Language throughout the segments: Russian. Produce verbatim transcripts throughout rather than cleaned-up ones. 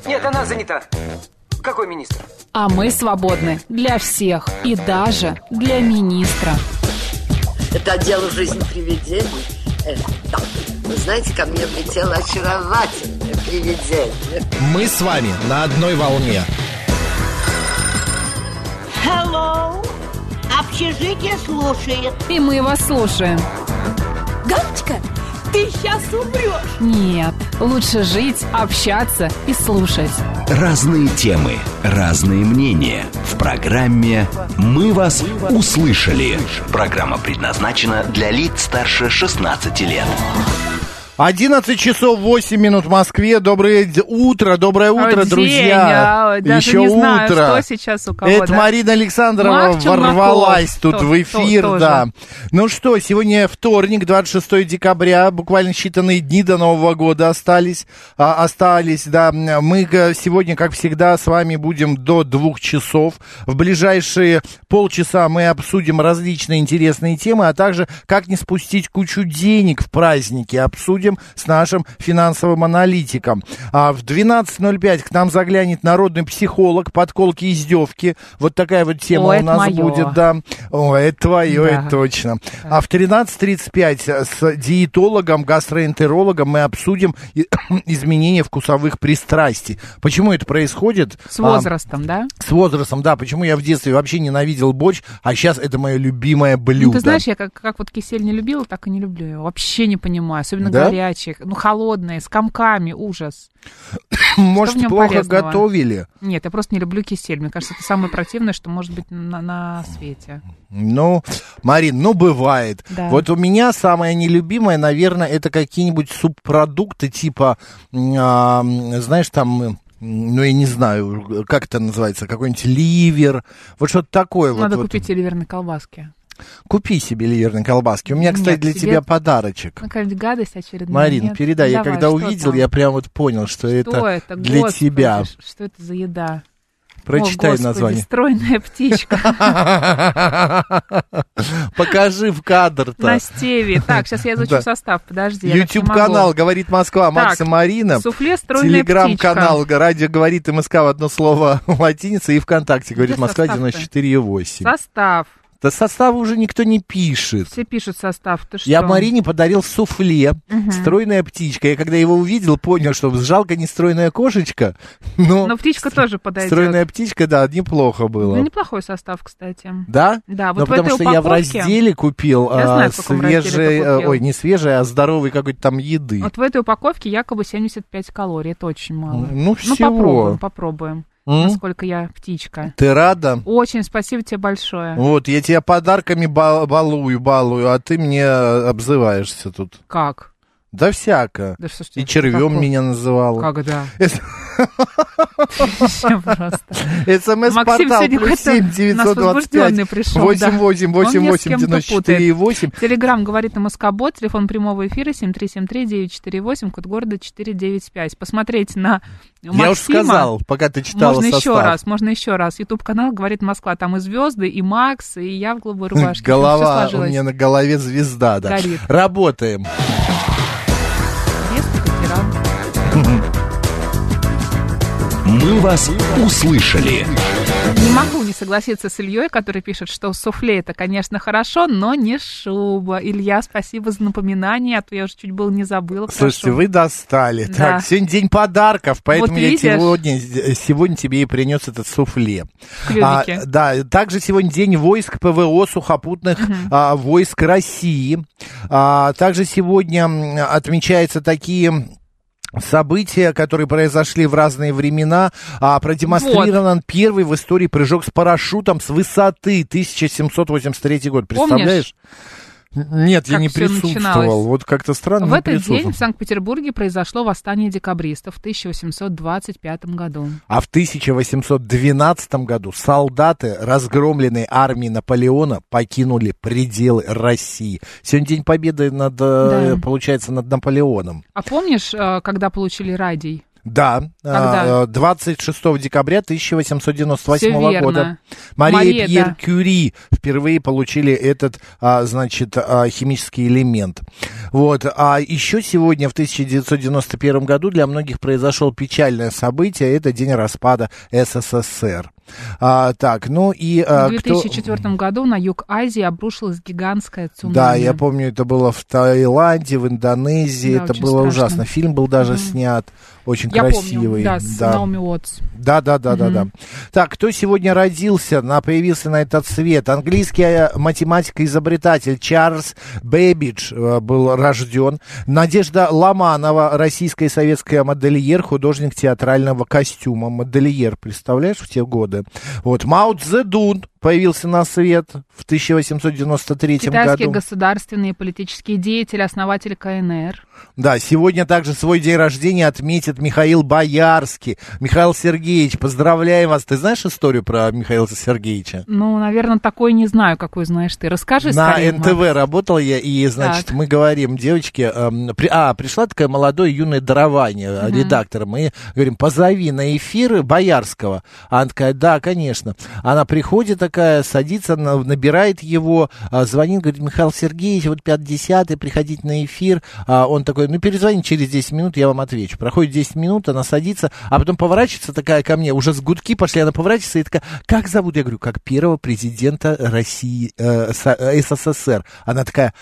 Нет, она занята. Какой министр? А мы свободны для всех и даже для министра. Это отдел «Жизнь привидений». Э, да. Вы знаете, ко мне влетело очаровательное привидение. Мы с вами на одной волне. Hello. Общежитие слушает. И мы вас слушаем. Галочка, ты сейчас умрешь. Нет, лучше жить, общаться и слушать. Разные темы, разные мнения. В программе «Мы вас услышали». Программа предназначена для лиц старше шестнадцати лет. одиннадцать часов восемь минут в Москве. Доброе утро, доброе утро, День, друзья. я даже Еще не знаю, утро. что сейчас у кого. Это да? Марина Александрова Марк ворвалась тут Челноков. в эфир, То- да. Ну что, сегодня вторник, двадцать шестое декабря, буквально считанные дни до Нового года остались, а, остались, да. Мы сегодня, как всегда, с вами будем до двух часов. В ближайшие полчаса мы обсудим различные интересные темы, а также как не спустить кучу денег в праздники, обсудим с нашим финансовым аналитиком. А в двенадцать ноль пять к нам заглянет народный психолог, подколки и издевки. Вот такая вот тема О, у нас моё. будет, да. О, это твое, Да. это точно. А в тринадцать тридцать пять с диетологом, гастроэнтерологом мы обсудим и- изменения вкусовых пристрастий. Почему это происходит? С возрастом, А, да? с возрастом, да. Почему я в детстве вообще ненавидел борщ, а сейчас это мое любимое блюдо. Ну, ты знаешь, я как, как вот кисель не любила, так и не люблю его. Вообще не понимаю. Особенно Да? горячих, ну, холодные, с комками, ужас. Может, в нем плохо полезного? готовили? Нет, я просто не люблю кисель. Мне кажется, это самое противное, что может быть на, на свете. Ну, Марин, ну бывает. Да. Вот у меня самое нелюбимое, наверное, это какие-нибудь субпродукты типа, а, знаешь, там, ну, я не знаю, как это называется, какой-нибудь ливер, вот что-то такое. Надо вот, купить вот. ливерные колбаски. Купи себе ливерные колбаски. У меня, кстати, Нет, для себе- тебя подарочек. Ну, какая-нибудь гадость очередная. Марин, нет? передай. Я Давай, когда что увидел, там? я прям вот понял, что, Что это, это, для Господи, тебя. ш- Что это за еда? Прочитай О, Господи, название. стройная птичка Покажи в кадр-то. на стеве. Так, сейчас я изучу Да. состав, подожди. я так не YouTube-канал могу. «Говорит Москва», Макс и Так, Марина. Суфле «Стройная птичка». Телеграм-канал «Радио говорит МСК» в одно слово латиница. И ВКонтакте «Говорит Где Москва» состав-то? девяносто четыре и восемь. Состав. Да состава уже никто не пишет. Все пишут состав. Ты что? Я Марине подарил суфле, Мгм. стройная птичка. Я когда его увидел, понял, что жалко не стройная кошечка, но, Но птичка тоже подойдет. стройная птичка, да, неплохо было. Ну, неплохой состав, кстати. Да? Да, Ну, вот в потому этой что я в упаковке... разделе купил Я а, знаю, в каком разделе ты свежей, а, купил. ой, не свежей, а здоровой какой-то там еды. Вот в этой упаковке якобы семьдесят пять калорий. Это очень мало. Ну, Ну, всего. попробуем, попробуем. М? Насколько я птичка. Ты рада? Очень спасибо тебе большое. Вот, я тебя подарками ба- балую, балую, а ты мне обзываешься тут. Как? Да всяко. Да что ж И это червем такое? меня называла. Когда? Эс- Вообще просто. Максим СМС-портал сегодня плюс как-то семь у нас девятьсот двадцать пять возбужденный пришел. восемь восемь восемь Он меня с восемь кем-то девяносто четыре путает. восемь. Телеграм говорит МСК-бот, телефон прямого эфира семь три семь три девять четыре восемь, код города четыре девять пять. Посмотреть на Максима. Я уж сказал, пока ты читала Можно состав. еще раз, можно еще раз. Ютуб-канал говорит Москва, там и звезды, и Макс, и я в голубой рубашке. Голова, Всё у сложилось. меня на голове звезда, да. Горит. Работаем. Резкий ветеран. Мы вас услышали. Не могу не согласиться с Ильей, который пишет, что суфле это, конечно, хорошо, но не шуба. Илья, спасибо за напоминание, а то я уже чуть было не забыла. про Слушайте, шубу. вы достали. Да. Так, сегодня день подарков, поэтому Вот я видишь? сегодня, сегодня тебе и принес этот суфле. Клювики. А, да, также сегодня день войск ПВО сухопутных а, войск России. А, также сегодня м, отмечаются такие события, которые произошли в разные времена. А, продемонстрирован первый в истории прыжок с парашютом с высоты тысяча семьсот восемьдесят третий год. Представляешь? Нет, я Как не всё присутствовал. начиналось? Вот как-то странно. В не этот день присутствовал. в Санкт-Петербурге произошло восстание декабристов в тысяча восемьсот двадцать пятом году. А в тысяча восемьсот двенадцатом году солдаты, разгромленные армией Наполеона, покинули пределы России. Сегодня День Победы, над, э, Да. получается, над Наполеоном. А помнишь, э, когда получили радий? Да, Когда? двадцать шестого декабря тысяча восемьсот девяносто восьмого Всё года. верно. Мария, Мария, Пьер да. Кюри впервые получили этот, а, значит, а, химический элемент. Вот. А еще сегодня, в тысяча девятьсот девяносто первом году, для многих произошло печальное событие. Это день распада СССР. А, так, ну и... А, В две тысячи четвёртом кто... году на юг Азии обрушилась гигантская цунами. Да, я помню, это было в Таиланде, в Индонезии. Да, это очень было страшно. ужасно. Фильм был даже Mm-hmm. снят. Очень Я красивый. помню, да, с да. Наоми Уотс. Да, да, да, Угу. да, да. Так, кто сегодня родился, на, появился на этот свет? Английский математик и изобретатель Чарльз Бэббидж э, был рожден. Надежда Ломанова, российская и советская модельер, художник театрального костюма. Модельер, представляешь, в те годы? Вот, Мао Цзэдун появился на свет в тысяча восемьсот девяносто третьем Китайский году. государственный и политический деятель, основатель ка эн эр. Да, сегодня также свой день рождения отметит Михаил Боярский. Михаил Сергеевич, поздравляем вас. Ты знаешь историю про Михаила Сергеевича? Ну, наверное, такой не знаю, какой знаешь ты. Расскажи На скорее, эн тэ вэ Макс. работал я, и, значит, Так. мы говорим, девочки, эм, при, а, пришла такая молодое юное дарование, Мгм. редактор, мы говорим, позови на эфир Боярского. А она такая, да, конечно. Она приходит такая, садится, на- набирает его, а, звонит, говорит, Михаил Сергеевич, вот пятьдесят, приходите на эфир. А он такой, ну, перезвоните через десять минут, я вам отвечу. Проходит десять минут, она садится, а потом поворачивается такая ко мне, уже с гудки пошли, она поворачивается и такая, как зовут? Я говорю, как первого президента России, э, Со- э, эс эс эс эр. Она такая,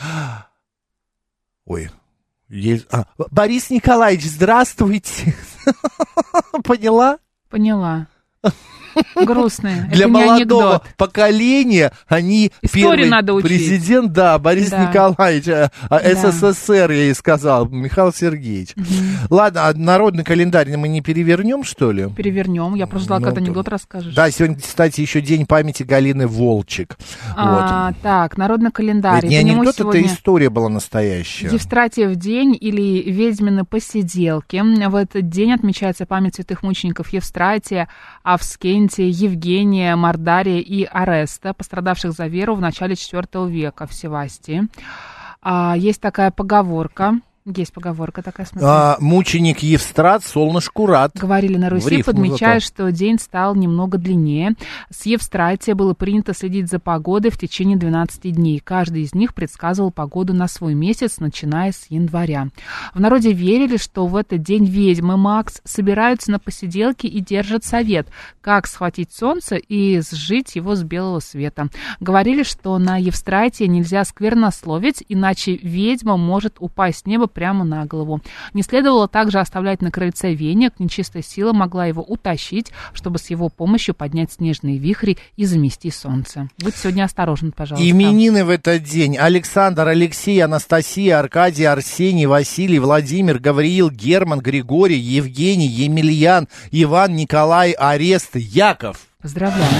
ой, есть... а, Борис Николаевич, здравствуйте. Поняла? Поняла. Грустные. Для Это не молодого анекдот. поколения они Историю первый надо учить. президент, да, Борис Да. Николаевич, а, а, Да. эс эс эс эр, я ей сказал, Михаил Сергеевич. Мгм. Ладно, а народный календарь мы не перевернем, что ли? Перевернем. Я просто ждала, Ну, когда то- анекдот расскажешь. Да, сегодня, кстати, еще день памяти Галины Волчек. А, так, народный Вот. календарь. Это не По нему анекдот, сегодня это история была настоящая. Евстратиев день или ведьмины посиделки. В этот день отмечается память святых мучеников Евстратия, Авскентия, Евгения, Мордария и Ареста, пострадавших за веру в начале четвёртого века в Севастии. А, есть такая поговорка. Есть поговорка такая, смотри. А, мученик Евстрат, солнышку рад. Говорили на В Руси, рифму подмечая, зато. что день стал немного длиннее. С Евстратия было принято следить за погодой в течение двенадцати дней. Каждый из них предсказывал погоду на свой месяц, начиная с января. В народе верили, что в этот день ведьмы, Макс, собираются на посиделки и держат совет, как схватить солнце и сжить его с белого света. Говорили, что на Евстратия нельзя сквернословить, иначе ведьма может упасть с неба прямо на голову. Не следовало также оставлять на крыльце веник, нечистая сила могла его утащить, чтобы с его помощью поднять снежные вихри и замести солнце. Будь сегодня осторожен, пожалуйста. Именины в этот день. Александр, Алексей, Анастасия, Аркадий, Арсений, Василий, Владимир, Гавриил, Герман, Григорий, Евгений, Емельян, Иван, Николай, Арест, Яков. Поздравляю.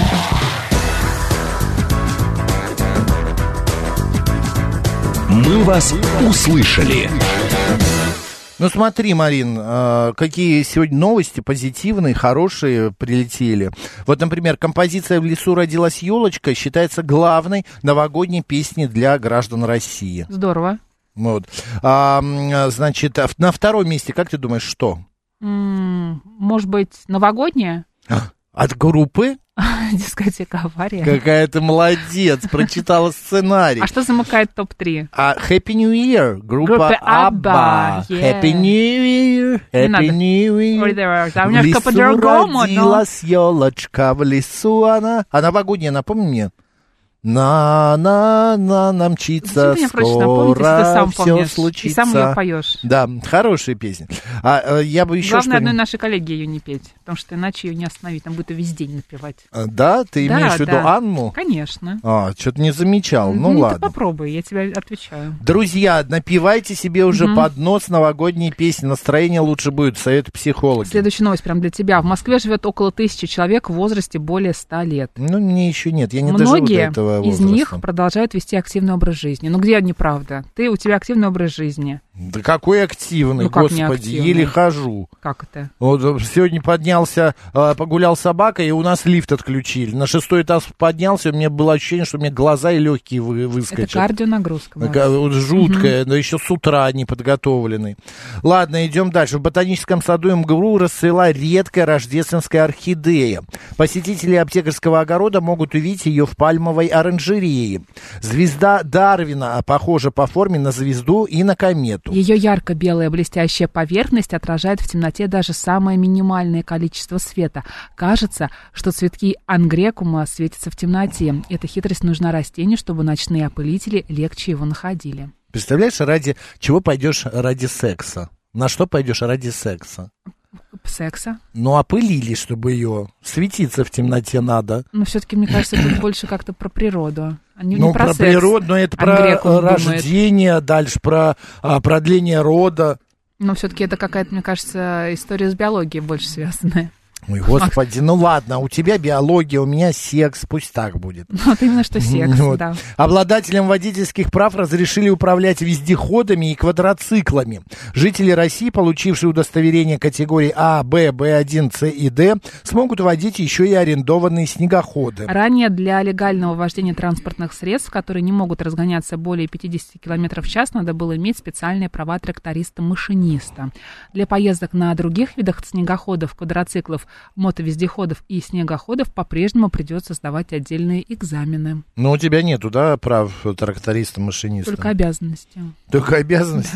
«Мы вас услышали». Ну смотри, Марин, э, какие сегодня новости позитивные, хорошие прилетели. Вот, например, композиция «В лесу родилась елочка» считается главной новогодней песней для граждан России. Здорово. Вот. А, м, значит, а в- на втором месте, как ты думаешь, что? М, Может быть, новогодняя? От группы? Дискотека «Авария». Какая ты молодец, прочитала сценарий. А что замыкает топ-три? А Happy New Year, группа Группа Абба. Abba, yeah. Happy New Year, Не Happy надо. New Year. Ой, да, там В немножко лесу по-другому, но... родилась елочка, в лесу она. А новогодняя, напомни мне. На-на-на, нам мчится, Ты мне проще напомнить, если ты скоро сам все помнишь. случится. И сам ее поешь. Да, хорошая песня. А, э, я бы еще Главное, одной что-нибудь... нашей коллеге ее не петь, потому что иначе ее не остановить, там будет ее весь день напевать. А, Да, ты Да, имеешь в виду да. Анну? Конечно. А, что-то не замечал, ну Ты ладно. попробуй, я тебе отвечаю. Друзья, напевайте себе уже Мгм. под нос новогодние песни, настроение лучше будет, совет психолога. Следующая новость прям для тебя. В Москве живет около тысячи человек в возрасте более ста лет. Ну, мне еще нет, я не доживу до Многие этого из возраста. них продолжают вести активный образ жизни. Ну где неправда? Ты, у тебя активный образ жизни. Да какой активный, Ну, как господи, неактивный? еле хожу. Как это? Вот сегодня поднялся, э, погулял с собакой, и у нас лифт отключили. На шестой этаж поднялся, у меня было ощущение, что у меня глаза и легкие вы, выскочат. Это кардионагрузка. Такая вот жуткая, но еще с утра не подготовленный. Ладно, идем дальше. В ботаническом саду МГУ расцвела редкая рождественская орхидея. Посетители аптекарского огорода могут увидеть ее в пальмовой оранжерее. Звезда Дарвина похожа по форме на звезду и на комету. Ее ярко-белая блестящая поверхность отражает в темноте даже самое минимальное количество света. Кажется, что цветки ангрекума светятся в темноте. Эта хитрость нужна растению, чтобы ночные опылители легче его находили. Представляешь, ради чего пойдешь ради секса? На что пойдешь ради секса? Секса? Ну, опылили, чтобы ее светиться в темноте надо. Но все-таки, мне кажется, это больше как-то про природу. А не, Ну, не про, про секс. природу, но это Ангрекум про думает. рождение, дальше про а, продление рода. Но все-таки это какая-то, мне кажется, история с биологией больше связанная. Ой, господи, ну ладно, у тебя биология, у меня секс, пусть так будет. Вот именно что секс, Вот. да. Обладателям водительских прав разрешили управлять вездеходами и квадроциклами. Жители России, получившие удостоверение категории А, Б, Б один, С и Д, смогут водить еще и арендованные снегоходы. Ранее для легального вождения транспортных средств, которые не могут разгоняться более пятьдесят километров в час, надо было иметь специальные права тракториста-машиниста. Для поездок на других видах снегоходов, квадроциклов, мотовездеходов и снегоходов по-прежнему придется сдавать отдельные экзамены. Но у тебя нету, да, прав тракториста-машиниста? Только обязанности. Только обязанности?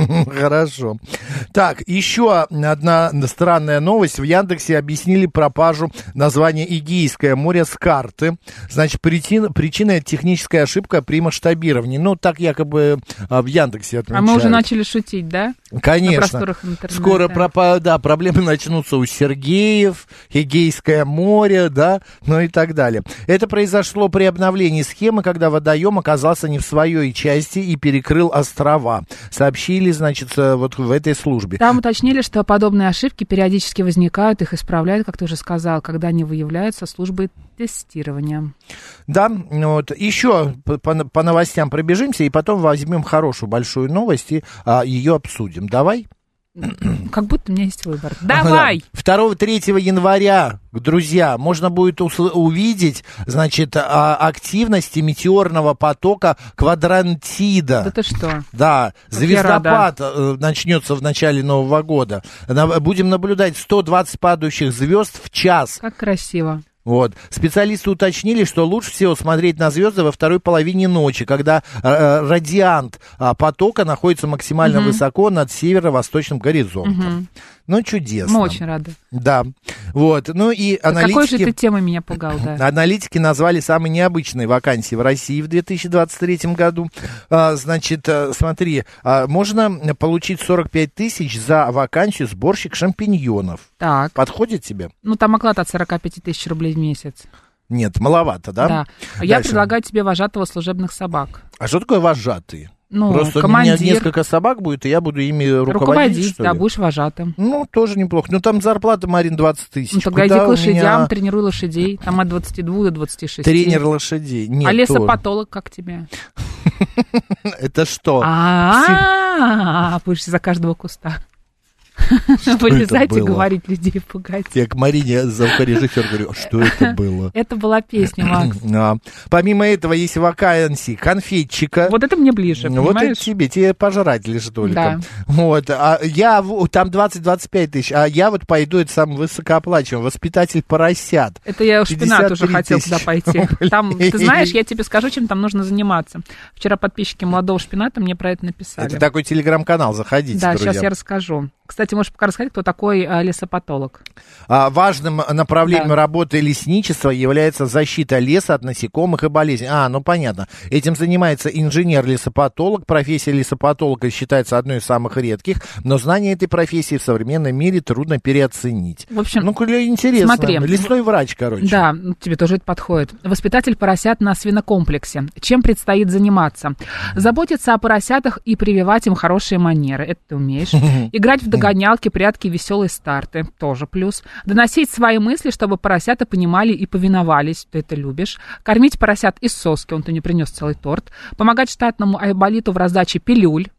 Хорошо. Так, еще одна странная новость. В Яндексе объяснили пропажу названия Эгейское море с карты. Значит, причина, причина техническая ошибка при масштабировании. Ну, так якобы в Яндексе отмечают. А мы уже начали шутить, да? Конечно. На просторах интернета. Скоро пропа- да, проблемы начнутся у Сергеев, Эгейское море, да, ну и так далее. Это произошло при обновлении схемы, когда водоем оказался не в своей части и перекрыл острова. Сообщили, значит, вот в этой службе. Там уточнили, что подобные ошибки периодически возникают, их исправляют, как ты уже сказал, когда они выявляются службой тестирования. Да, вот. Еще по, по, по новостям пробежимся, и потом возьмем хорошую большую новость и а, ее обсудим. Давай? Как будто у меня есть выбор. Давай! второго-третьего января, друзья, можно будет усл- увидеть, значит, а, активности метеорного потока Квадрантида. Да ты что? Да, Как я звездопад э, начнется в начале Нового года. На- будем наблюдать сто двадцать падающих звезд в час. Как красиво. Вот. Специалисты уточнили, что лучше всего смотреть на звезды во второй половине ночи, когда э, радиант э, потока находится максимально Угу. высоко над северо-восточным горизонтом. Угу. Ну, чудесно. Мы очень рады. Да. Вот. Ну и Так какой же аналитики... ты темой меня пугал, да? Аналитики назвали самые необычные вакансии в России в две тысячи двадцать третьем году. А, значит, а, смотри, а, можно получить сорок пять тысяч за вакансию сборщик шампиньонов. Так. Подходит тебе? Ну, там оклад от сорок пять тысяч рублей в месяц. Нет, маловато, да? Да. Я Дальше. предлагаю тебе вожатого служебных собак. А что такое вожатый? Ну, Просто командир. у меня несколько собак будет, и я буду ими руководить, Руководить, что да, ли? будешь вожатым. Ну, тоже неплохо. Ну, там зарплата, Марин, двадцать тысяч. Ну, тогда Куда иди к у лошадям, меня тренируй лошадей. Там от двадцати двух до двадцати шести. тренер лошадей? Нет, А тоже. лесопатолог как тебе? Это что? А, будешь за каждого куста вылезать и было? говорить, людей пугать. Я к Марине, звукорежиссер, говорю, а что это было? Это была песня, Макс. А, помимо этого есть вакансии конфетчика. Вот это мне ближе, Ну, вот это понимаешь? тебе, тебе пожрать лишь только. Да. Вот, а я, в- там двадцать-двадцать пять тысяч, а я вот пойду, это самый высокооплачиваемый, воспитатель поросят. Это я у шпинат уже пятьдесят три хотел тысячи туда пойти. Там, ты знаешь, я тебе скажу, чем там нужно заниматься. Вчера подписчики молодого шпината мне про это написали. Это такой телеграм-канал, заходите, Да, друзья. сейчас я расскажу. Кстати, можешь пока рассказать, кто такой а, лесопатолог. А, важным направлением Да. работы лесничества является защита леса от насекомых и болезней. А, ну понятно. Этим занимается инженер-лесопатолог. Профессия лесопатолога считается одной из самых редких, но знание этой профессии в современном мире трудно переоценить. В общем, ну, интересно. смотри. Лесной врач, короче. Да, ну, тебе тоже это подходит. Воспитатель поросят на свинокомплексе. Чем предстоит заниматься? Заботиться о поросятах и прививать им хорошие манеры. Это ты умеешь. Играть в догонялки, прятки, веселые старты. Тоже плюс. Доносить свои мысли, чтобы поросята понимали и повиновались. Ты это любишь. Кормить поросят из соски. Он-то не принес целый торт. Помогать штатному айболиту в раздаче пилюль.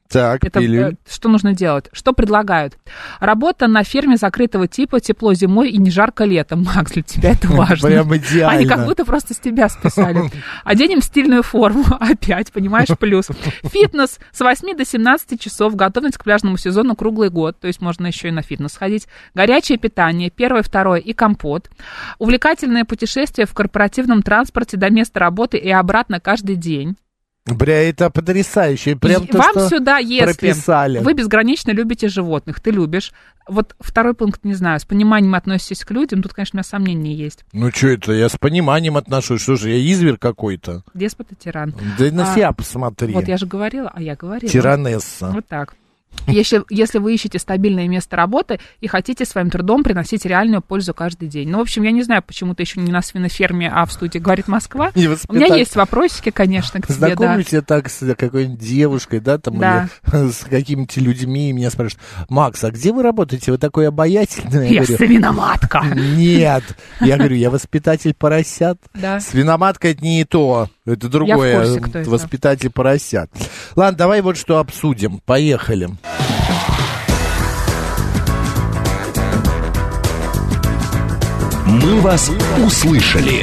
Так, Это, пилюль. что нужно делать? Что предлагают? Работа на ферме закрытого типа, тепло зимой и не жарко летом. Макс, для тебя это важно. Прям идеально. Они как будто просто с тебя списали. Оденем стильную форму. Опять, понимаешь, плюс. Фитнес с восьми до семнадцати часов. Готовность к пляжному сезону круглый год. То есть можно еще и на фитнес ходить. Горячее питание. Первое, второе и компот. Увлекательное путешествие в корпоративном транспорте до места работы и обратно каждый день. Бля, это потрясающе. Прям то, Вам что сюда, если прописали. Вы безгранично любите животных, ты любишь. Вот второй пункт, не знаю, с пониманием относитесь к людям, тут, конечно, у меня сомнения есть. Ну, что это, я с пониманием отношусь. Что же, я изверг какой-то? Деспот и тиран. Да на а, себя посмотри. Вот я же говорила, а я говорила. Тиранесса. Вот так. Если, если вы ищете стабильное место работы и хотите своим трудом приносить реальную пользу каждый день. Ну, в общем, я не знаю, почему ты еще не на свиноферме, а в студии «Говорит Москва». У меня есть вопросики, конечно, к тебе, Знакомлюсь да. я так с какой-нибудь девушкой, да, там, да. или с какими-то людьми, и меня спрашивают: Макс, а где вы работаете? Вы такой обаятельный. Я, я говорю, свиноматка. Нет. Я говорю, я воспитатель поросят. Да. Свиноматка — это не то. Это другое. Я в курсе, кто это. Воспитатель поросят. Ладно, давай вот что обсудим. Поехали. Мы вас услышали.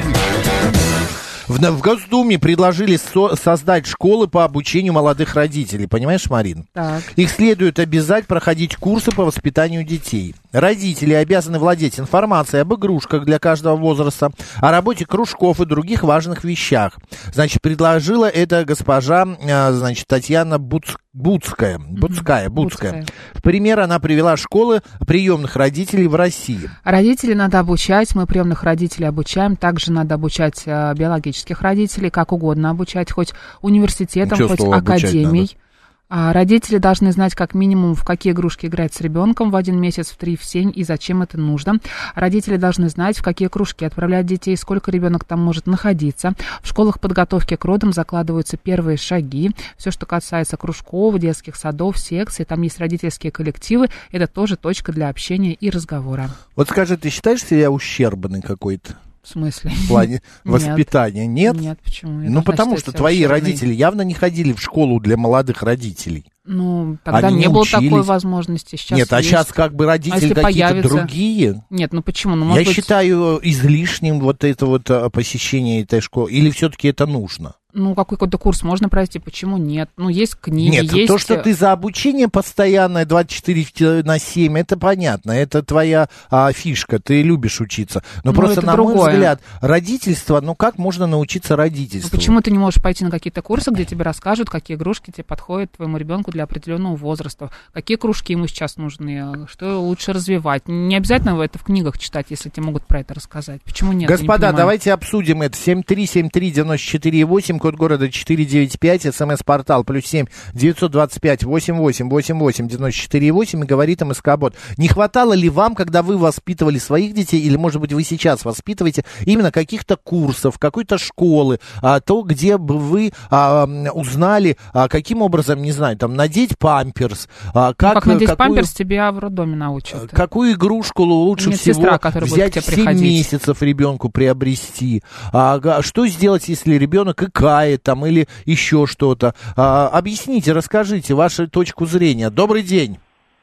В, в Госдуме предложили со- создать школы по обучению молодых родителей. Понимаешь, Марин? Так. Их следует обязать проходить курсы по воспитанию детей. Родители обязаны владеть информацией об игрушках для каждого возраста, о работе кружков и других важных вещах. Значит, предложила это госпожа, значит, Татьяна Буц... Буцкая. Буцкая, Буцкая. Буцкая. В пример она привела школы приемных родителей в России. Родителей надо обучать, мы приемных родителей обучаем, также надо обучать э, биологических родителей, как угодно обучать, хоть университетом, Ничего, хоть слово обучать академией. надо. А родители должны знать как минимум, в какие игрушки играть с ребенком в один месяц, в три, в семь и зачем это нужно. Родители должны знать, в какие кружки отправлять детей, сколько ребенок там может находиться. В школах подготовки к родам закладываются первые шаги. Все, что касается кружков, детских садов, секций, там есть родительские коллективы, это тоже точка для общения и разговора. Вот скажи, ты считаешь себя ущербный какой-то? В смысле? В плане воспитания? Нет? Нет, почему? Я Ну, потому что твои ущербный. Родители явно не ходили в школу для молодых родителей. Ну, тогда Они не, не было учились. такой возможности. Сейчас Нет, а есть. сейчас как бы родители а какие-то появится? другие. Нет, ну почему? Ну, может Я быть... считаю излишним вот это вот посещение этой школы. Или все-таки это нужно? Ну, какой-то курс можно пройти, почему нет? Ну, есть книги, нет, есть... то, что ты за обучение постоянное двадцать четыре на семь, это понятно, это твоя а, фишка, ты любишь учиться. Но ну, просто, на другое. мой взгляд, родительство, ну, как можно научиться родительству? Ну, почему ты не можешь пойти на какие-то курсы, где тебе расскажут, какие игрушки тебе подходят твоему ребенку для определенного возраста, какие кружки ему сейчас нужны, что лучше развивать? Не обязательно это в книгах читать, если тебе могут про это рассказать. Почему нет? Господа, давайте обсудим это. семь три семь три девять четыре восемь, код города четыре девять пять, смс-портал плюс семь девятьсот двадцать пять восемьдесят восемь восемьдесят восемь девяносто четыре восемь, и говорит МСК-бот. Не хватало ли вам, когда вы воспитывали своих детей, или, может быть, вы сейчас воспитываете, именно каких-то курсов, какой-то школы, а, то, где бы вы а, узнали, а, каким образом, не знаю, там, надеть памперс, а, как, ну, как надеть какую, памперс, тебя в роддоме научат. Какую игрушку лучше всего сестра, взять в семь месяцев ребенку приобрести, а, что сделать, если ребенок икает, там, или еще что-то. А, объясните, расскажите вашу точку зрения. Добрый день.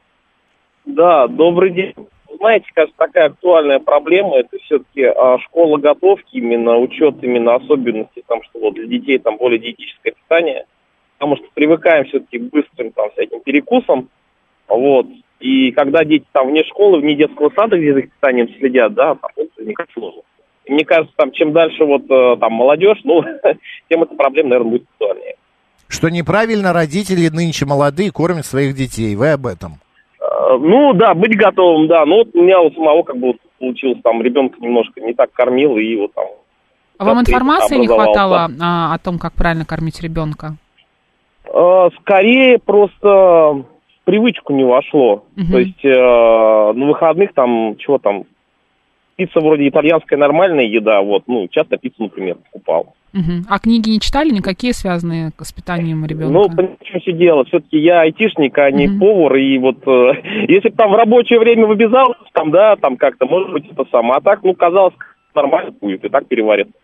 Да, добрый день. Знаете, кажется, такая актуальная проблема, это все-таки а, школа готовки, именно учет именно особенностей, там, что вот для детей там более диетическое питание, потому что привыкаем все-таки к быстрым там всяким перекусам, вот, и когда дети там вне школы, вне детского сада за их питанием следят, да, там вот никак сложно. И мне кажется, там, чем дальше вот там молодежь, ну, тем эта проблема, наверное, будет актуальнее. Что неправильно родители нынче молодые кормят своих детей, вы об этом? Ну, да, быть готовым, да. Ну, вот у меня у самого как бы вот получилось, там, ребенка немножко не так кормил, и вот там... А вам информации не хватало а, о том, как правильно кормить ребенка? А, скорее, просто в привычку не вошло. Угу. То есть, а, на выходных там, чего там, пицца вроде итальянская нормальная еда, вот, ну, часто пиццу, например, покупал. Угу. А книги не читали никакие, связанные с питанием ребенка? Ну, понимаете, что все дело? Все-таки я айтишник, а не угу. повар, и вот э, если бы там в рабочее время в обязаловке, там, да, там как-то, может быть, это само. А так, ну, казалось, нормально будет, и так переварит.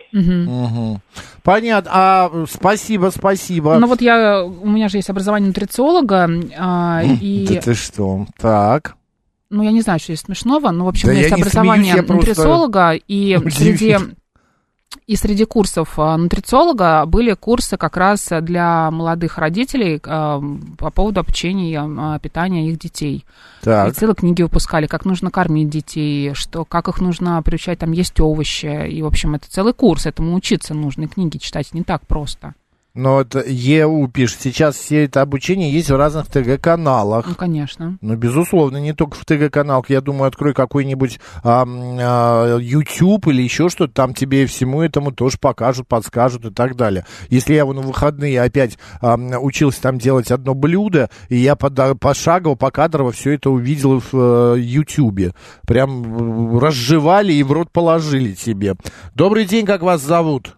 Угу. Угу. Понятно. А, спасибо, спасибо. Ну вот я, у меня же есть образование нутрициолога, а, и... Да ты что? Так. Ну, я не знаю, что есть смешного, но, в общем, Да у меня есть образование смеюсь, нутрициолога, и среди... И среди курсов нутрициолога были курсы как раз для молодых родителей э, по поводу обучения э, питания их детей. Так. И целые книги выпускали, как нужно кормить детей, что, как их нужно приучать там есть овощи. И, в общем, это целый курс, этому учиться нужно, и книги читать не так просто. Но это ЕУ пишет, сейчас все это обучение есть в разных ТГ-каналах. Ну, конечно. Ну, безусловно, не только в ТГ-каналах. Я думаю, открой какой-нибудь а, а, YouTube или еще что-то, там тебе всему этому тоже покажут, подскажут и так далее. Если я на выходные опять а, учился там делать одно блюдо, и я под, пошагово, покадрово все это увидел в а, YouTube. Прям разжевали и в рот положили тебе. Добрый день, как вас зовут?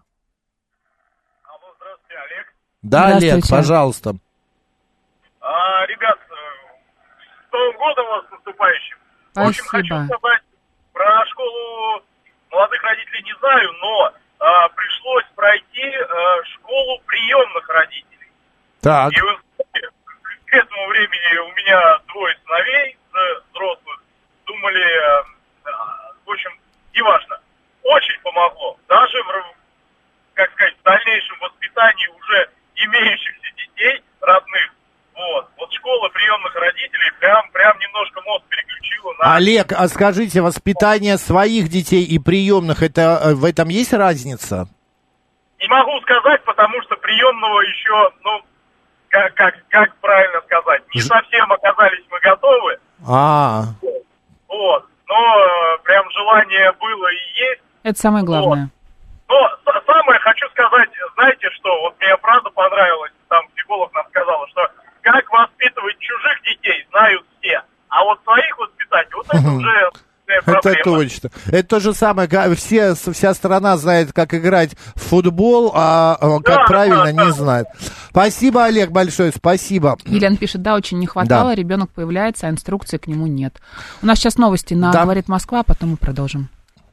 Да, Олег, пожалуйста. А, ребят, с Новым годом вас наступающим. Спасибо. В общем, хочу сказать про школу молодых родителей не знаю, но а, пришлось пройти а, школу приемных родителей. Так. И вы знаете, к этому времени у меня двое сыновей взрослых. Думали, а, в общем, неважно. Очень помогло. Даже, в, как сказать, в дальнейшем воспитании уже имеющихся детей, родных, вот, вот школа приемных родителей прям, прям немножко мозг переключила на... Олег, а скажите, воспитание своих детей и приемных, это, в этом есть разница? Не могу сказать, потому что приемного еще, ну, как, как, как правильно сказать, не совсем оказались мы готовы. А. Вот, но прям желание было и есть. Это самое главное. Вот. Но самое хочу сказать, знаете что, вот мне правда понравилось, там психолог нам сказал, что как воспитывать чужих детей знают все, а вот своих воспитать, вот это уже проблема. Это точно. Это то же самое, как все, вся страна знает, как играть в футбол, а как да, правильно да, не да. знает. Спасибо, Олег, большое, спасибо. Елена пишет, да, очень не хватало, да. Ребенок появляется, а инструкции к нему нет. У нас сейчас новости на да. «Говорит Москва», а потом мы продолжим.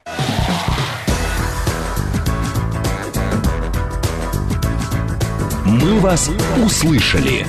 Мы вас услышали.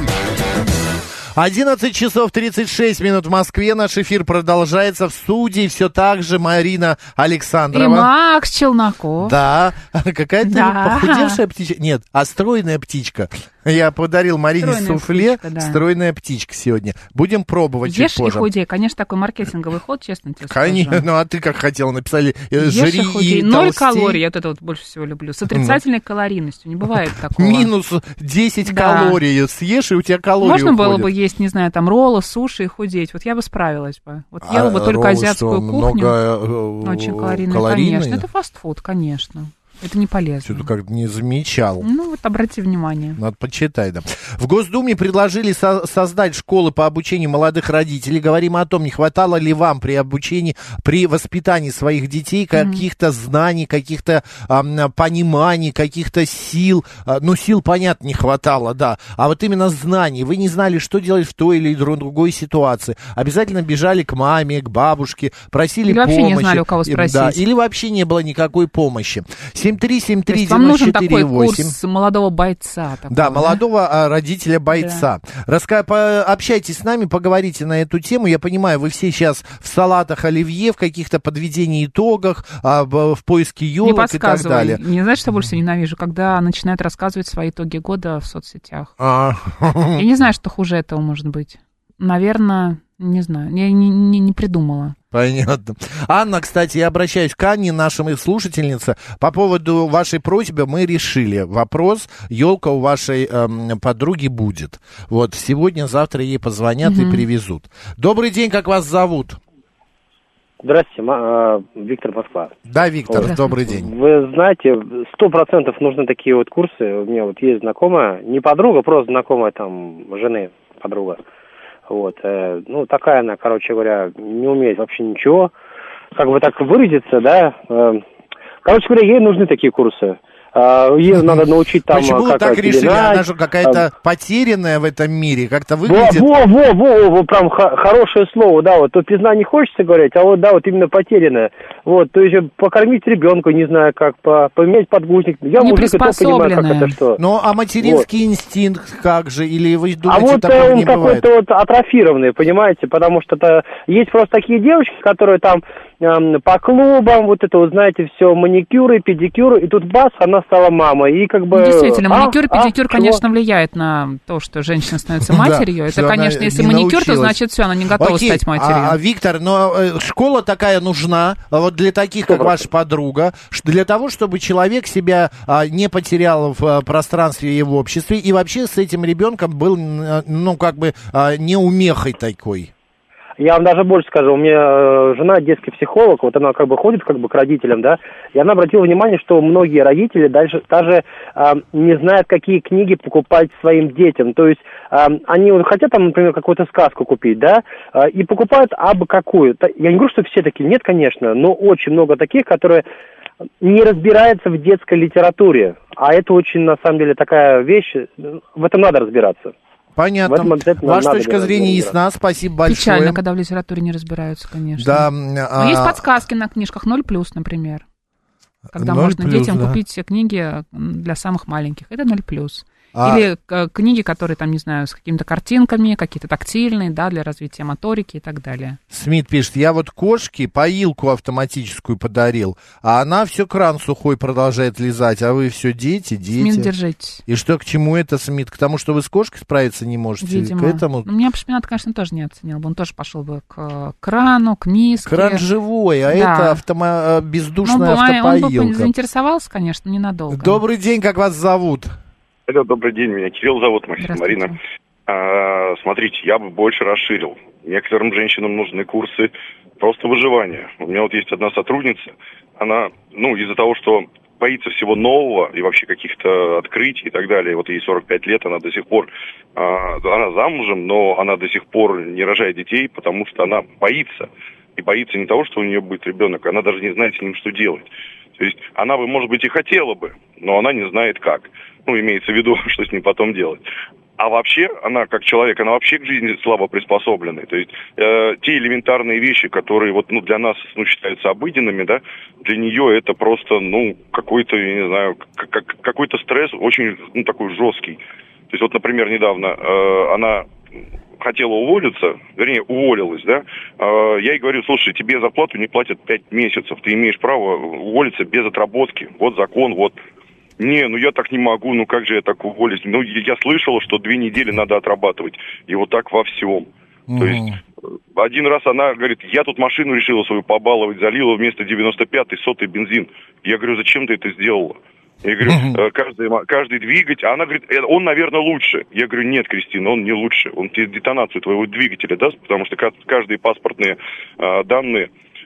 одиннадцать часов тридцать шесть минут в Москве. Наш эфир продолжается. В студии все так же Марина Александрова. И Макс Челноков. Да. Какая-то да. похудевшая птичка. Нет, а стройная птичка. Я подарил Марине стройная суфле. Птичка, да. Стройная птичка сегодня. Будем пробовать Ешь чуть позже. И худей. Конечно, такой маркетинговый ход, честно тебе скажу. Конечно. Ну, а ты как хотела? Написали жри и Ноль калорий. Я вот это вот больше всего люблю. С отрицательной ну. калорийностью. Не бывает такого. Минус десять да. калорий. Съешь, и у тебя калории Можно уходят. было бы есть, не знаю, там роллы, суши и худеть. Вот я бы справилась бы. Вот ела а бы только роллы, азиатскую что, кухню. Много, очень калорийную, конечно. Это фастфуд, конечно. Это не полезно. Что-то как-то не замечал. Ну, вот обрати внимание. Надо почитай, да. В Госдуме предложили со- создать школы по обучению молодых родителей. Говорим о том, не хватало ли вам при обучении, при воспитании своих детей каких-то mm-hmm. знаний, каких-то а, пониманий, каких-то сил. А, ну, сил, понятно, не хватало, да. А вот именно знаний. Вы не знали, что делать в той или другой ситуации. Обязательно бежали к маме, к бабушке, просили или помощи. Или вообще не знали, у кого спросить. Да, или вообще не было никакой помощи. семь три семь три вам нужен девяносто четыре восемь. Такой курс молодого бойца. Такого, да, да, молодого а, родителя бойца. Да. Раска... Пообщайтесь с нами, поговорите на эту тему. Я понимаю, вы все сейчас в салатах оливье, в каких-то подведении итогах, а, в, в поиске елок и так далее. Не знаешь, что больше ненавижу? Когда начинают рассказывать свои итоги года в соцсетях. А. Я не знаю, что хуже этого может быть. Наверное, не знаю, я не, не, не придумала. Понятно. Анна, кстати, я обращаюсь к Анне, нашей слушательнице. По поводу вашей просьбы мы решили вопрос. Елка у вашей эм, подруги будет. Вот, сегодня, завтра ей позвонят угу. и привезут. Добрый день, как вас зовут? Здравствуйте, ма- Виктор, Москва. Да, Виктор, добрый день. Вы знаете, сто процентов нужны такие вот курсы. У меня вот есть знакомая, не подруга, просто знакомая там жены подруга. Вот, э, ну, такая она, короче говоря, не умеет вообще ничего, как бы так выразиться, да. Э, короче говоря, ей нужны такие курсы. Ее надо научить там... Почему как так решили? пеленать. Она же какая-то потерянная в этом мире, как-то выглядит... Во, во, во, во, прям х- хорошее слово, да, вот, то пизна не хочется говорить, а вот, да, вот именно потерянная. Вот, то есть покормить ребенка, не знаю как, по, поменять подгузник. Я мужик, и то понимаю, как это что. Ну, а материнский вот. инстинкт как же? Или вы думаете, а вот такого он не бывает? какой-то вот атрофированный, понимаете, потому что это, есть просто такие девочки, которые там эм, по клубам, вот это вот, знаете, все, маникюры, педикюры, и тут бас, она стала мамой, и как бы... Ну, действительно, маникюр и а, педикюр, а, конечно, влияет на то, что женщина становится матерью. Это, конечно, если маникюр, то значит все, она не готова Окей. стать матерью. А, Виктор, но школа такая нужна, вот для таких, как ваша подруга, для того, чтобы человек себя а, не потерял в а, пространстве и в обществе, и вообще с этим ребенком был, ну, как бы, а, неумехой такой. Я вам даже больше скажу, у меня жена детский психолог, вот она как бы ходит как бы к родителям, да, и она обратила внимание, что многие родители даже, даже э, не знают, какие книги покупать своим детям. То есть э, они вот хотят там, например, какую-то сказку купить, да, э, и покупают абы какую. Я не говорю, что все такие, нет, конечно, но очень много таких, которые не разбираются в детской литературе. А это очень, на самом деле, такая вещь, в этом надо разбираться. Понятно. Ваша точка зрения ясна, спасибо большое. Печально, когда в литературе не разбираются, конечно. Да, Но а... есть подсказки на книжках, ноль плюс, например. Когда можно плюс, детям да. купить все книги для самых маленьких. Это ноль плюс. А... Или э, книги, которые там, не знаю, с какими-то картинками, какие-то тактильные, да, для развития моторики и так далее. Смит пишет, я вот кошке поилку автоматическую подарил, а она все кран сухой продолжает лизать, а вы все дети, дети. Смит, держитесь. И что, к чему это, Смит? К тому, что вы с кошкой справиться не можете? Видимо. К этому? Ну, меня Пашминат, конечно, тоже не оценил бы. Он тоже пошел бы к крану, к миске. Кран живой, а да. это автомо... бездушная ну, автопоилка. Он бы заинтересовался, конечно, ненадолго. Добрый день, как вас зовут? Алло, добрый день, меня Кирилл зовут, Максим, Марина. А, смотрите, я бы больше расширил. Некоторым женщинам нужны курсы просто выживания. У меня вот есть одна сотрудница, она, ну, из-за того, что боится всего нового и вообще каких-то открытий и так далее. Вот ей сорок пять лет, она до сих пор, а, она замужем, но она до сих пор не рожает детей, потому что она боится. И боится не того, что у нее будет ребенок, она даже не знает с ним, что делать. То есть она бы, может быть, и хотела бы, но она не знает как. Ну, имеется в виду, что с ним потом делать. А вообще, она как человек, она вообще к жизни слабо приспособленная. То есть э, те элементарные вещи, которые вот, ну, для нас, ну, считаются обыденными, да, для нее это просто, ну, какой-то, я не знаю, как, какой-то стресс очень, ну, такой жесткий. То есть вот, например, недавно э, она хотела уволиться, вернее, уволилась, да, э, я ей говорю, слушай, тебе зарплату не платят пять месяцев, ты имеешь право уволиться без отработки, вот закон, вот. Не, ну я так не могу, ну как же я так уволюсь? Ну, я слышала, что две недели надо отрабатывать, и вот так во всем. Mm-hmm. То есть один раз она говорит, я тут машину решила свою побаловать, залила вместо девяносто пятый сотый бензин. Я говорю, зачем ты это сделала? Я говорю, mm-hmm. каждый, каждый двигатель, а она говорит, он, наверное, лучше. Я говорю, нет, Кристина, он не лучше, он тебе детонацию твоего двигателя даст, потому что каждые паспортные э, данные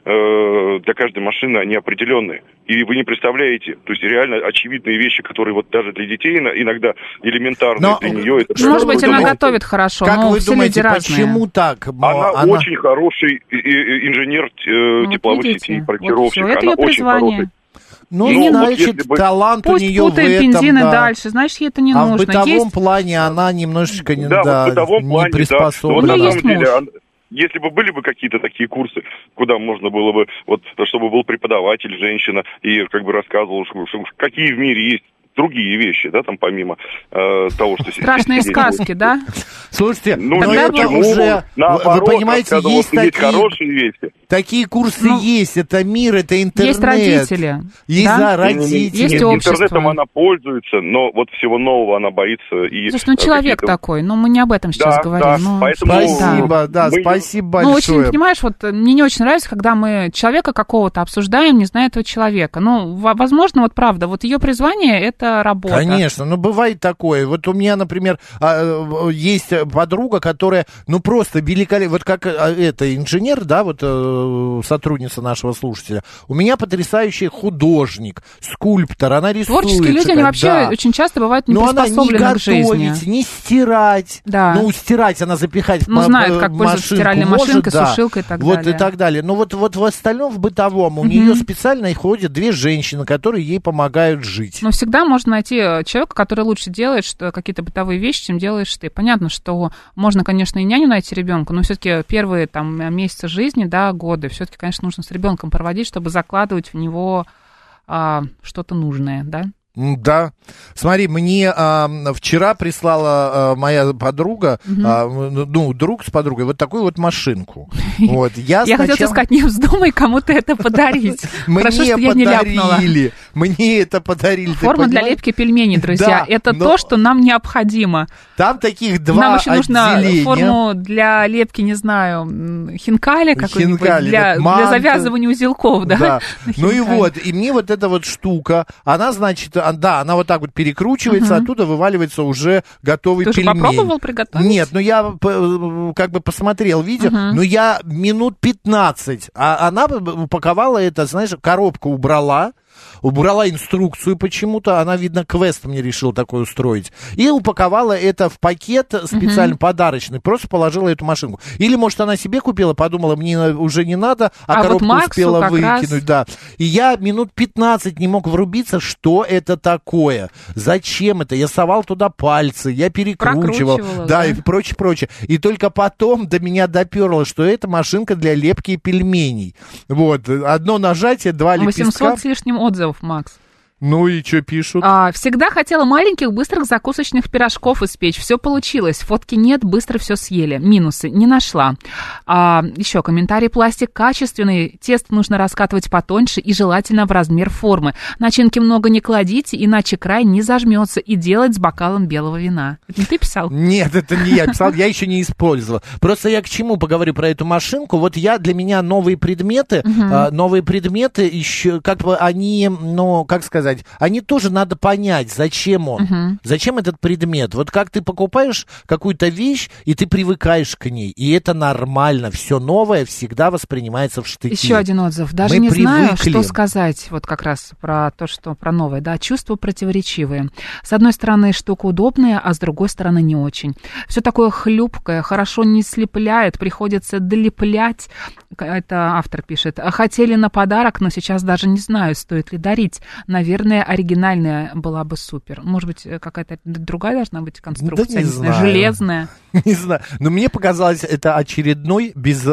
для каждой машины, они определенные. И вы не представляете, то есть реально очевидные вещи, которые вот даже для детей иногда элементарные, но, для нее это... Ну, может быть, она думаете, готовит хорошо, как но вы все думаете, люди почему разные. так? Она, она очень хороший инженер ну, тепловых видите, сетей, проектировщик. Вот она очень хороший. Ну, ну, значит, вот бы... талант Пусть у нее в этом, путает бензин да. и дальше, знаешь, ей это не а нужно. А в бытовом есть... плане она немножечко да, да, в бытовом не плане, приспособлена. Да. Вот на самом деле... Она... Если бы были бы какие-то такие курсы, куда можно было бы, вот, чтобы был преподаватель, женщина, и как бы рассказывал, что, что, какие в мире есть другие вещи, да, там помимо э, того, что... Страшные сказки, да? Слушайте, ну, но нет, это уже, наоборот, вы понимаете, есть такие, хорошие вещи. Такие курсы ну, есть, это мир, это интернет. Есть родители. Есть, да? да, родители. Есть общество. Интернетом она пользуется, но вот всего нового она боится. И слушай, ну человек такой, но мы не об этом сейчас да, говорим. Да, ну, поэтому... Спасибо, да, мы... спасибо большое. Ну, очень, понимаешь, вот мне не очень нравится, когда мы человека какого-то обсуждаем, не зная этого человека. Ну, возможно, вот правда, вот ее призвание — это работа. Конечно, ну бывает такое. Вот у меня, например, есть подруга, которая, ну просто великолепная, вот как это инженер, да, вот э, сотрудница нашего слушателя. У меня потрясающий художник, скульптор, она рисует. Творческие люди, они вообще да. очень часто бывают не приспособлены к жизни. Но она не готовить, не стирать. Да. Ну, стирать она запихать ну, в знает, как пользоваться стиральной может, машинкой, да. сушилкой и так вот далее. И так далее. Но вот, вот в остальном, в бытовом, у mm-hmm. нее специально ходят две женщины, которые ей помогают жить. Но всегда можно найти человека, который лучше делает что, какие-то бытовые вещи, чем делаешь ты. Понятно, что можно, конечно, и няню найти ребенка, но все-таки первые там месяцы жизни, да, годы, все-таки, конечно, нужно с ребенком проводить, чтобы закладывать в него а, что-то нужное, да? Да. Смотри, мне а, вчера прислала а, моя подруга, угу. а, ну, друг с подругой, вот такую вот машинку. Вот. Я, я сначала... хотела сказать, не вздумай кому-то это подарить. Хорошо, что я не ляпнула. Мне это подарили. Форма для лепки пельменей, друзья. Это то, что нам необходимо. Там таких два Нам еще нужно форму для лепки, не знаю, хинкали какой-нибудь, для завязывания узелков, да? Ну и вот, и мне вот эта вот штука, она, значит, да, она вот так вот перекручивается, uh-huh. оттуда вываливается уже готовый Ты пельмень. Ты же попробовал приготовить? Нет, ну я как бы посмотрел видео, uh-huh. но я минут пятнадцать, а она упаковала это, знаешь, коробку убрала, убрала инструкцию почему-то, она, видно, квест мне решила такой устроить, и упаковала это в пакет специально uh-huh. подарочный, просто положила эту машинку. Или, может, она себе купила, подумала, мне уже не надо, а, а коробку вот успела выкинуть, раз... да. И я минут пятнадцать не мог врубиться, что это такое, зачем это, я совал туда пальцы, я перекручивал, да, да, и прочее, прочее. И только потом до меня доперло, что это машинка для лепки пельменей. Вот, одно нажатие, два лепестка. восемьсот с лишним отзывов, Макс. Ну и что пишут? А, всегда хотела маленьких быстрых закусочных пирожков испечь. Все получилось. Фотки нет, быстро все съели. Минусы не нашла. А, еще комментарий. Пластик качественный. Тесто нужно раскатывать потоньше и желательно в размер формы. Начинки много не кладите, иначе край не зажмется. И делать с бокалом белого вина. Это не ты писал? Нет, это не я писал. Я еще не использовал. Просто я к чему поговорю про эту машинку. Вот я, для меня новые предметы, новые предметы еще, как бы они, ну, как сказать, они тоже надо понять, зачем он, uh-huh. зачем этот предмет. Вот как ты покупаешь какую-то вещь, и ты привыкаешь к ней, и это нормально, все новое всегда воспринимается в штыки. Еще один отзыв. Даже Мы не привыкли. знаю, что сказать вот как раз про то, что про новое. Да, чувства противоречивые. С одной стороны, штука удобная, а с другой стороны, не очень. Все такое хлюпкое, хорошо не слепляет, приходится долеплять. Это автор пишет. Хотели на подарок, но сейчас даже не знаю, стоит ли дарить. Наверное, оригинальная была бы супер. Может быть, какая-то другая должна быть конструкция, да не не знаю. знаю, железная. Не знаю. Но мне показалось, это очередной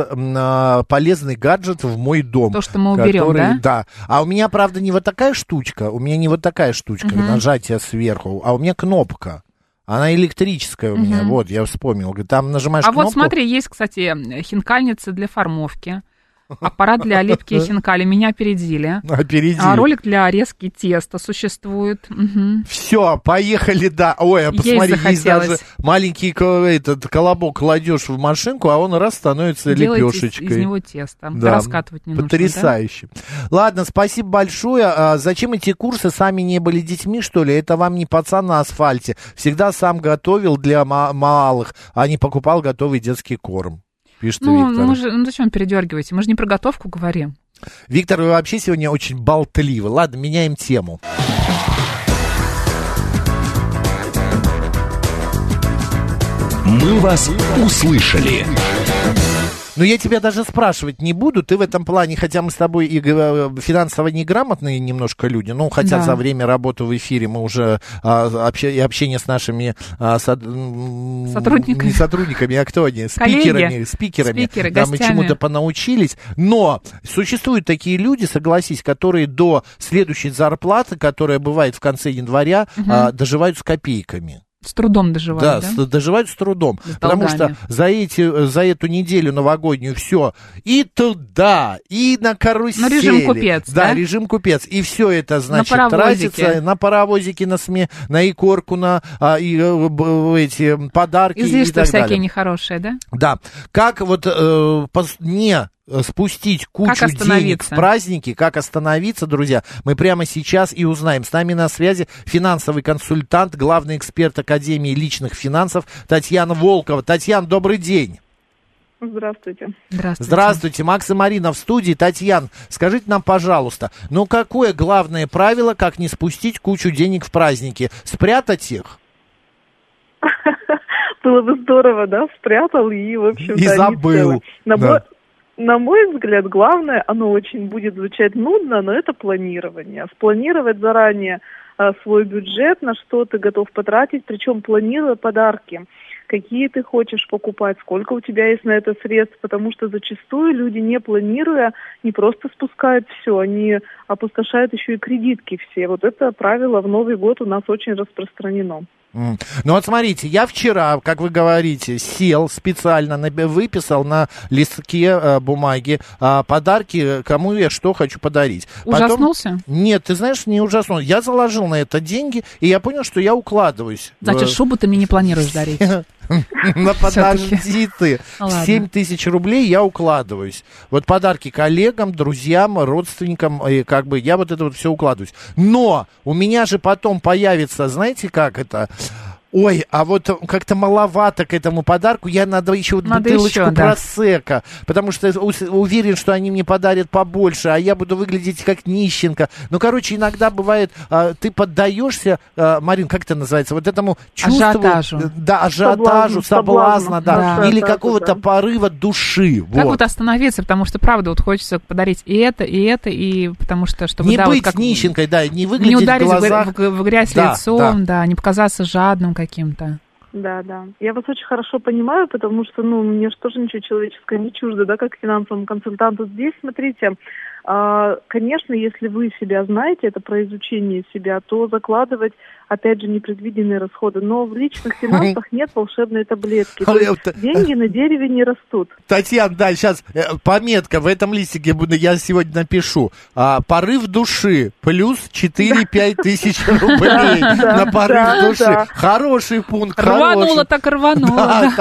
бесполезный гаджет в мой дом. То, что мы уберем, который, да? Да. А у меня, правда, не вот такая штучка. У меня не вот такая штучка, угу. нажатие сверху, а у меня кнопка. Она электрическая у меня, uh-huh. вот, я вспомнил. Там нажимаешь а кнопку. А вот смотри, есть, кстати, хинкальница для формовки, аппарат для лепки и хинкали. Меня опередили. Опередили. А ролик для резки теста существует. Угу. Все, поехали, да. Ой, а посмотри, есть, есть даже маленький этот колобок кладешь в машинку, а он раз становится Делаете лепешечкой. Из, из него тесто. Да. Раскатывать не Потрясающе. нужно. Потрясающе. Да? Ладно, спасибо большое. А зачем эти курсы? Сами не были детьми, что ли? Это вам не пацан на асфальте. Всегда сам готовил для малых, а не покупал готовый детский корм. Пишет ну, Виктор. Мы же, ну, зачем передергиваете? Мы же не про готовку говорим. Виктор, вы вообще сегодня очень болтливы. Ладно, меняем тему. Мы вас услышали. Но я тебя даже спрашивать не буду, ты в этом плане, хотя мы с тобой и финансово неграмотные немножко люди, ну, хотя да. за время работы в эфире мы уже а, общ... и общение с нашими а, со... сотрудниками, не сотрудниками, а кто они, спикерами, спикерами, Спикеры, да, мы чему-то понаучились, но существуют такие люди, согласись, которые до следующей зарплаты, которая бывает в конце января, угу. а, доживают с копейками. С трудом доживают, да? Да, с, доживают с трудом, с потому что за, эти, за эту неделю новогоднюю все и туда, и на карусель. Ну, режим купец, да? Да, режим купец. И все это, значит, на тратится на паровозике, на сме, на икорку, на а, и, эти подарки и так далее. Излишества всякие нехорошие, да? Да. Как вот э, пос, не... спустить кучу денег в праздники, как остановиться, друзья, мы прямо сейчас и узнаем. С нами на связи финансовый консультант, главный эксперт Академии личных финансов Татьяна Волкова. Татьяна, добрый день. Здравствуйте. Здравствуйте. Здравствуйте, Макс и Марина в студии. Татьяна, скажите нам, пожалуйста, ну какое главное правило, как не спустить кучу денег в праздники? Спрятать их? Было бы здорово, да, спрятал и, в общем-то, и забыл. На, да. мой, на мой взгляд, главное, оно очень будет звучать нудно, но это планирование. Спланировать заранее а, свой бюджет, на что ты готов потратить, причем планируя подарки. Какие ты хочешь покупать, сколько у тебя есть на это средств, потому что зачастую люди, не планируя, не просто спускают все, они опустошают еще и кредитки все. Вот это правило в Новый год у нас очень распространено. Mm. Ну вот смотрите, я вчера, как вы говорите, сел специально, выписал на листке э, бумаги э, подарки, кому я что хочу подарить. Ужаснулся? Потом... Нет, ты знаешь, не ужаснулся. Я заложил на это деньги, и я понял, что я укладываюсь. Значит, шубу ты мне не планируешь дарить? Ну подожди ты. семь тысяч рублей я укладываюсь. Вот подарки коллегам, друзьям, родственникам, и как бы я вот это вот все укладываюсь. Но у меня же потом появится, знаете, как это... Ой, а вот как-то маловато к этому подарку, я надо еще вот надо бутылочку еще, да. просека, потому что уверен, что они мне подарят побольше, а я буду выглядеть как нищенка. Ну, короче, иногда бывает, а, ты поддаешься, а, Марин, как это называется, вот этому чувству... Ажиотажу. Да, ажиотажу, соблазна, да, да. или да, какого-то да. порыва души. Как вот. вот остановиться, потому что, правда, вот хочется подарить и это, и это, и потому что, чтобы... Не да, быть вот как... нищенкой, да, не выглядеть не ударить в глазах... в, в, в грязь да, лицом, да. да, не показаться жадным каким-то. Да, да. Я вас очень хорошо понимаю, потому что, ну, мне же тоже ничего человеческого не чуждо, да, как финансовому консультанту. Здесь, смотрите, а, конечно, если вы себя знаете, это про изучение себя, то закладывать, опять же, непредвиденные расходы. Но в личных финансах нет волшебной таблетки. То есть деньги на дереве не растут. Татьяна, да, сейчас пометка в этом листике я сегодня напишу. А, порыв души плюс четыре-пять тысяч рублей на порыв души. Хороший пункт, хороший. Рвануло так рвануло.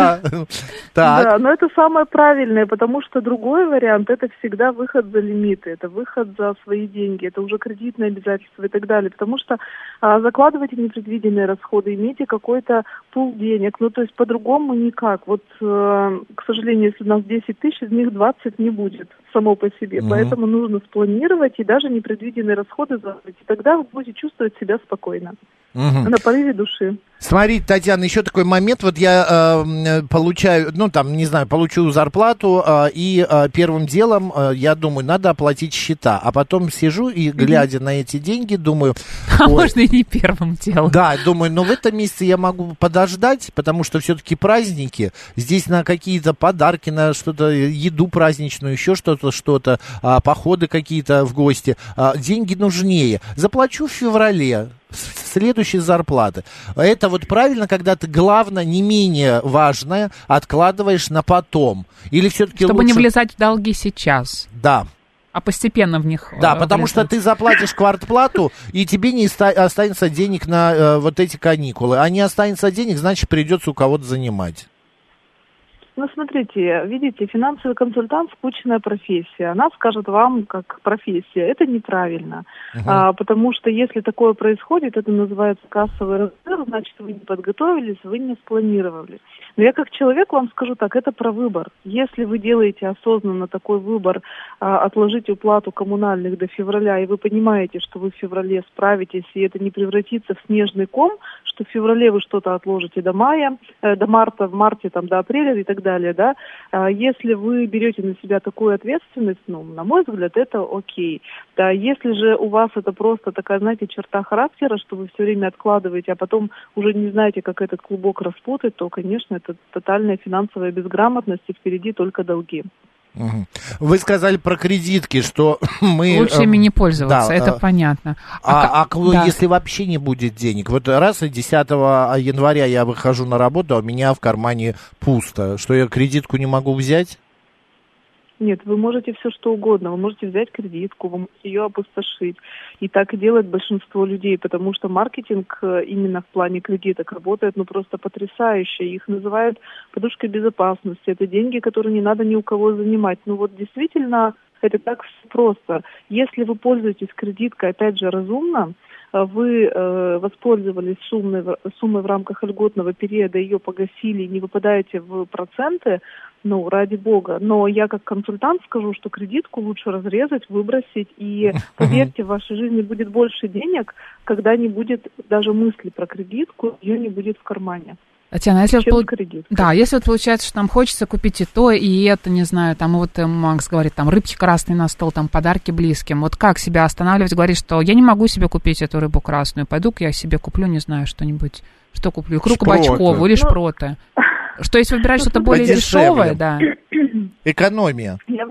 Да, но это самое правильное, потому что другой вариант — это всегда выход за лимиты, это выход за свои деньги, это уже кредитные обязательства и так далее. Потому что закладывайте непредвиденные расходы, имейте какой-то пул денег, ну то есть по-другому никак. Вот, э, к сожалению, если у нас десять тысяч, из них двадцать не будет само по себе, mm-hmm. поэтому нужно спланировать и даже непредвиденные расходы закрыть, и тогда вы будете чувствовать себя спокойно, mm-hmm. на порыве души. Смотрите, Татьяна, еще такой момент, вот я э, получаю, ну там, не знаю, получу зарплату, э, и э, первым делом, э, я думаю, надо оплатить счета, а потом сижу и, глядя mm-hmm. на эти деньги, думаю... А ой, можно и не первым делом. Да, думаю, но в этом месяце я могу подождать, потому что все-таки праздники, здесь на какие-то подарки, на что-то, еду праздничную, еще что-то, что-то, а, походы какие-то в гости, а, деньги нужнее. Заплачу в феврале, следующей зарплаты. Это вот правильно, когда ты, главное, не менее важное, откладываешь на потом. Или все-таки Чтобы лучше... не влезать в долги сейчас. Да. А постепенно в них... Да, потому что ты заплатишь квартплату, и тебе не останется денег на э, вот эти каникулы. А не останется денег, значит, придется у кого-то занимать. Ну, смотрите, видите, финансовый консультант — скучная профессия. Она скажет вам, как профессия, это неправильно. Uh-huh. А, потому что если такое происходит, это называется кассовый разрыв, значит, вы не подготовились, вы не спланировали. Но я как человек вам скажу так, это про выбор. Если вы делаете осознанно такой выбор, а, отложить уплату коммунальных до февраля, и вы понимаете, что вы в феврале справитесь, и это не превратится в снежный ком, что в феврале вы что-то отложите до мая, э, до марта, в марте, там, до апреля и так далее, да, а, если вы берете на себя такую ответственность, ну, на мой взгляд, это окей. Да, если же у вас это просто такая, знаете, черта характера, что вы все время откладываете, а потом уже не знаете, как этот клубок распутать, то, конечно, это тотальная финансовая безграмотность, и впереди только долги. Вы сказали про кредитки, что мы... Лучше ими не пользоваться, да, это э, понятно. А, а, а да. если вообще не будет денег? Вот раз и десятого января я выхожу на работу, а у меня в кармане пусто. Что, я кредитку не могу взять? Нет, вы можете все что угодно. Вы можете взять кредитку, вы можете ее опустошить. И так и делает большинство людей, потому что маркетинг именно в плане кредиток работает ну просто потрясающе. Их называют подушкой безопасности. Это деньги, которые не надо ни у кого занимать. Ну вот действительно это так просто. Если вы пользуетесь кредиткой, опять же, разумно, вы э, воспользовались суммой, суммой в рамках льготного периода, ее погасили, не выпадаете в проценты, Ну, ради бога. Но я как консультант скажу, что кредитку лучше разрезать, выбросить. И, поверьте, в вашей жизни будет больше денег, когда не будет даже мысли про кредитку, ее не будет в кармане. Татьяна, если Чем вот, кредит? да, если вот получается, что нам хочется купить и то, и это, не знаю, там вот Макс говорит, там рыбки красные на стол, там подарки близким. Вот как себя останавливать, говорить, что я не могу себе купить эту рыбу красную, пойду-ка я себе куплю, не знаю, что-нибудь. Что куплю? Икру кабачковую или шпроты. Что если выбирать что-то более дешевое, да? Экономия. Я,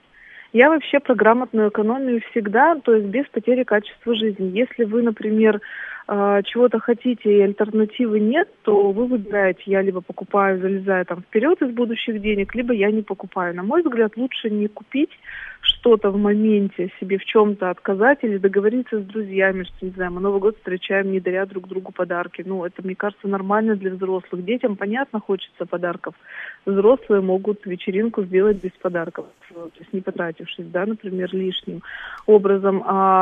я вообще про грамотную экономию всегда, то есть без потери качества жизни. Если вы, например, чего-то хотите и альтернативы нет, то вы выбираете, я либо покупаю, залезаю там вперед из будущих денег, либо я не покупаю. На мой взгляд, лучше не купить что-то в моменте, себе в чем-то отказать или договориться с друзьями, что, не знаю, мы Новый год встречаем, не даря друг другу подарки. Ну, это, мне кажется, нормально для взрослых. Детям, понятно, хочется подарков. Взрослые могут вечеринку сделать без подарков, то есть не потратившись, да, например, лишним образом.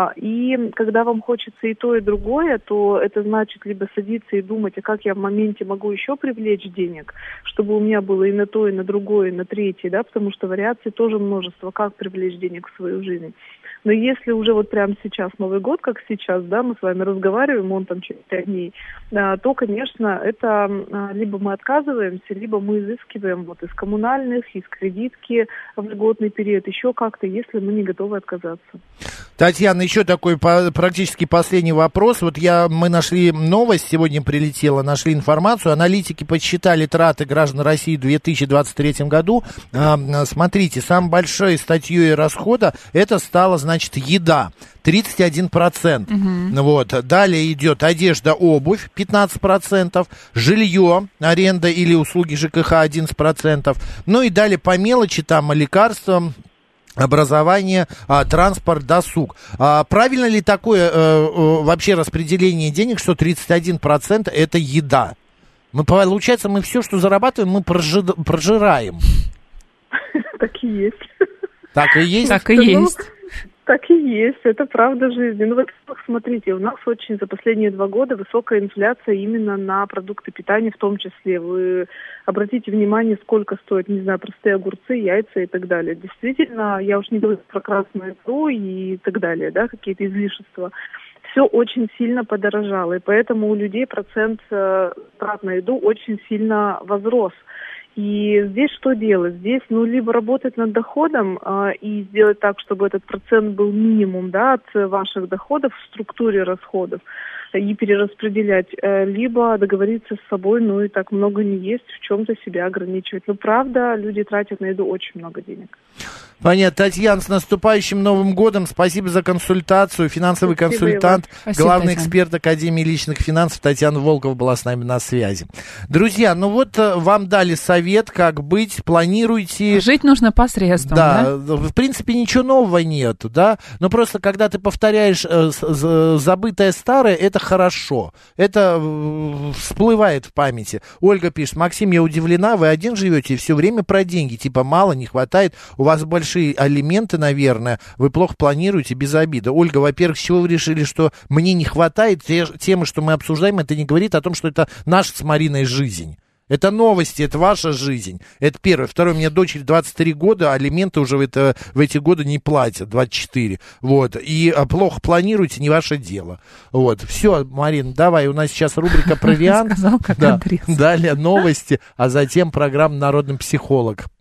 И когда вам хочется и то, и другое, то это значит либо садиться и думать, а как я в моменте могу еще привлечь денег, чтобы у меня было и на то, и на другое, и на третье, да, потому что вариаций тоже множество, как привлечь денег в свою жизнь. Но если уже вот прямо сейчас Новый год, как сейчас, да, мы с вами разговариваем, он там через пять дней, то, конечно, это либо мы отказываемся, либо мы изыскиваем вот из коммунальных, из кредитки в льготный период, еще как-то, если мы не готовы отказаться. Татьяна, еще такой по, практически последний вопрос. Вот я, мы нашли новость, сегодня прилетела, нашли информацию. Аналитики подсчитали траты граждан России в две тысячи двадцать третьем году. А, смотрите, самой большой статьей расхода это стало, значит, еда. тридцать один процент. Угу. Вот. Далее идет одежда, обувь пятнадцать процентов, жилье, аренда или услуги ЖКХ одиннадцать процентов. Ну и далее по мелочи там лекарства, образование, а, транспорт, досуг. А, правильно ли такое а, вообще распределение денег, что тридцать один процент это еда? Мы, получается, мы все, что зарабатываем, мы прожи, прожираем. Так и есть. Так и есть. Так и есть. Так и есть, это правда жизни. Ну, во-первых, смотрите, у нас очень за последние два года высокая инфляция именно на продукты питания в том числе. Вы обратите внимание, сколько стоят, не знаю, простые огурцы, яйца и так далее. Действительно, я уж не говорю про красную икру и так далее, да, какие-то излишества. Все очень сильно подорожало, и поэтому у людей процент трат на еду очень сильно возрос. И здесь что делать? Здесь, ну, либо работать над доходом э, и сделать так, чтобы этот процент был минимум, да, от ваших доходов в структуре расходов и перераспределять, э, либо договориться с собой, ну, и так много не есть, в чем-то себя ограничивать. Но правда, люди тратят на еду очень много денег. Понятно. Татьяна, с наступающим Новым годом. Спасибо за консультацию. Финансовый Спасибо, консультант, Спасибо, главный Татьяна. эксперт Академии личных финансов Татьяна Волкова была с нами на связи. Друзья, ну вот вам дали совет, как быть, планируйте. Жить нужно посредством, да? Да, в принципе, ничего нового нету, да, но просто когда ты повторяешь э, з- забытое старое, это хорошо, это э, всплывает в памяти. Ольга пишет: Максим, я удивлена, вы один живете и все время про деньги, типа мало, не хватает, у вас большие алименты, наверное, вы плохо планируете, без обиды. Ольга, во-первых, с чего вы решили, что мне не хватает? Те, темы, что мы обсуждаем, это не говорит о том, что это наша с Мариной жизнь. Это новости, это ваша жизнь. Это первое. Второе, у меня дочери двадцать три года, алименты уже в, это, в эти годы не платят, двадцать четыре. Вот. И а, плохо планируете, не ваше дело. Вот. Все, Марин, давай, у нас сейчас рубрика «Провиант». Сказал, как да. Андрей. Далее новости, а затем программа «Народный психолог».